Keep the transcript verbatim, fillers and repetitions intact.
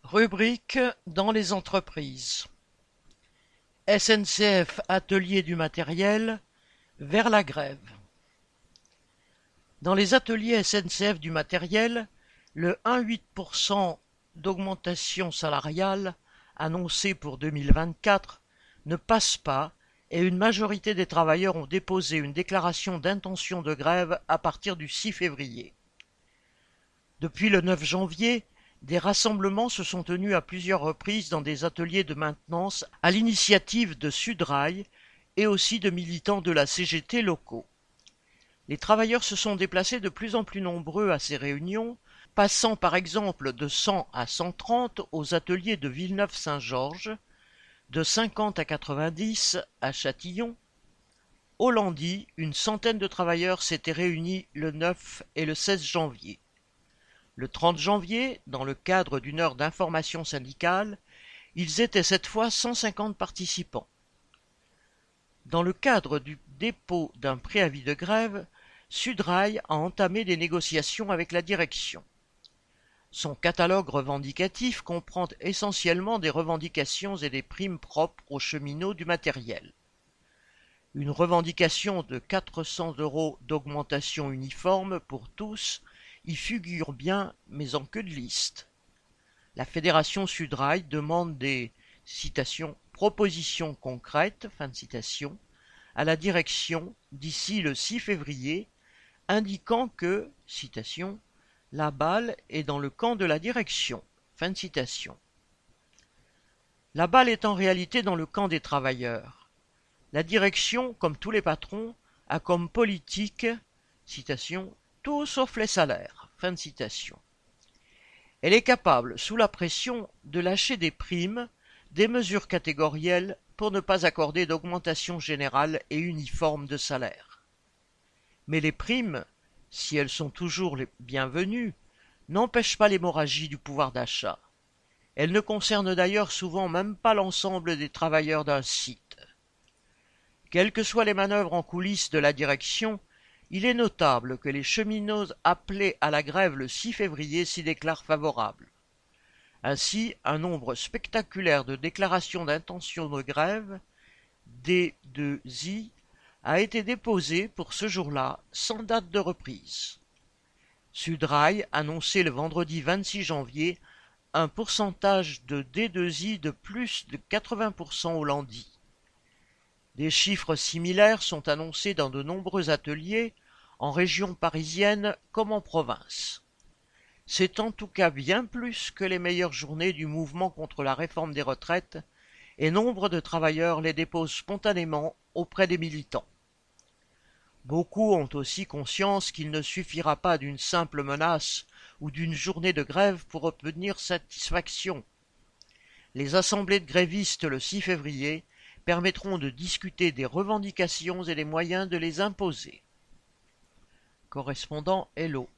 Rubrique dans les entreprises. S N C F Atelier du matériel vers la grève. Dans les ateliers S N C F du matériel, le un virgule huit pour cent d'augmentation salariale annoncée pour deux mille vingt-quatre ne passe pas et une majorité des travailleurs ont déposé une déclaration d'intention de grève à partir du six février. Depuis le neuf janvier, des rassemblements se sont tenus à plusieurs reprises dans des ateliers de maintenance à l'initiative de Sudrail et aussi de militants de la C G T locaux. Les travailleurs se sont déplacés de plus en plus nombreux à ces réunions, passant par exemple de cent à cent trente aux ateliers de Villeneuve-Saint-Georges, de cinquante à quatre-vingt-dix à Châtillon. Au Landy, une centaine de travailleurs s'étaient réunis le neuf et le seize janvier. Le trente janvier, dans le cadre d'une heure d'information syndicale, ils étaient cette fois cent cinquante participants. Dans le cadre du dépôt d'un préavis de grève, Sudrail a entamé des négociations avec la direction. Son catalogue revendicatif comprend essentiellement des revendications et des primes propres aux cheminots du matériel. Une revendication de quatre cents euros d'augmentation uniforme pour tous y figure bien, mais en queue de liste. La Fédération Sudrail demande des citations, propositions concrètes fin de citation, à la direction d'ici le six février, indiquant que, citation, la balle est dans le camp de la direction. Fin de citation. La balle est en réalité dans le camp des travailleurs. La direction, comme tous les patrons, a comme politique, citation, tout sauf les salaires. Fin de citation. Elle est capable, sous la pression, de lâcher des primes, des mesures catégorielles pour ne pas accorder d'augmentation générale et uniforme de salaire. Mais les primes, si elles sont toujours les bienvenues, n'empêchent pas l'hémorragie du pouvoir d'achat. Elles ne concernent d'ailleurs souvent même pas l'ensemble des travailleurs d'un site. Quelles que soient les manœuvres en coulisses de la direction, il est notable que les cheminots appelés à la grève le six février s'y déclarent favorables. Ainsi, un nombre spectaculaire de déclarations d'intention de grève, D deux I, a été déposé pour ce jour-là, sans date de reprise. Sudrail annonçait le vendredi vingt-six janvier un pourcentage de D deux I de plus de quatre-vingts pour cent au Landy. Des chiffres similaires sont annoncés dans de nombreux ateliers, en région parisienne comme en province. C'est en tout cas bien plus que les meilleures journées du mouvement contre la réforme des retraites, et nombre de travailleurs les déposent spontanément auprès des militants. Beaucoup ont aussi conscience qu'il ne suffira pas d'une simple menace ou d'une journée de grève pour obtenir satisfaction. Les assemblées de grévistes le six février permettront de discuter des revendications et des moyens de les imposer. Correspondant Hello.